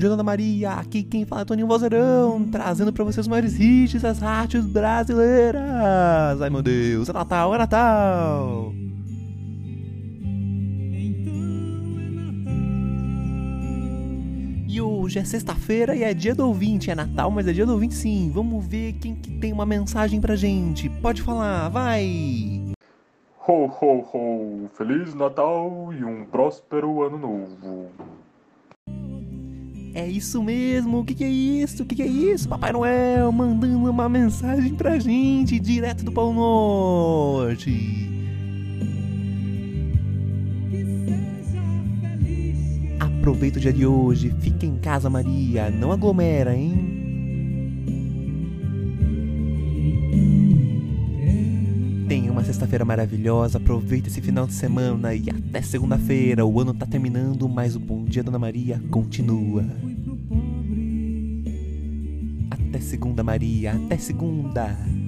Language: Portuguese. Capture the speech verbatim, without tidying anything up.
dia, Dona Maria. Aqui quem fala é Toninho Vozeirão, trazendo pra vocês os maiores hits das rádios brasileiras. Ai, meu Deus, é Natal, é Natal. E hoje é sexta-feira e é dia do ouvinte. É Natal, mas é dia do ouvinte sim. Vamos ver quem que tem uma mensagem pra gente. Pode falar, vai! Ho, ho, ho! Feliz Natal e um próspero ano novo. É isso mesmo, o que que é isso? O que que é isso? Papai Noel mandando uma mensagem pra gente, direto do Polo Norte. Aproveita o dia de hoje, fica em casa, Maria, não aglomera, hein? Tenha uma sexta-feira maravilhosa, aproveita esse final de semana e até segunda-feira. O ano tá terminando, mas o Bom Dia, Dona Maria, continua. Até segunda, Maria, até segunda.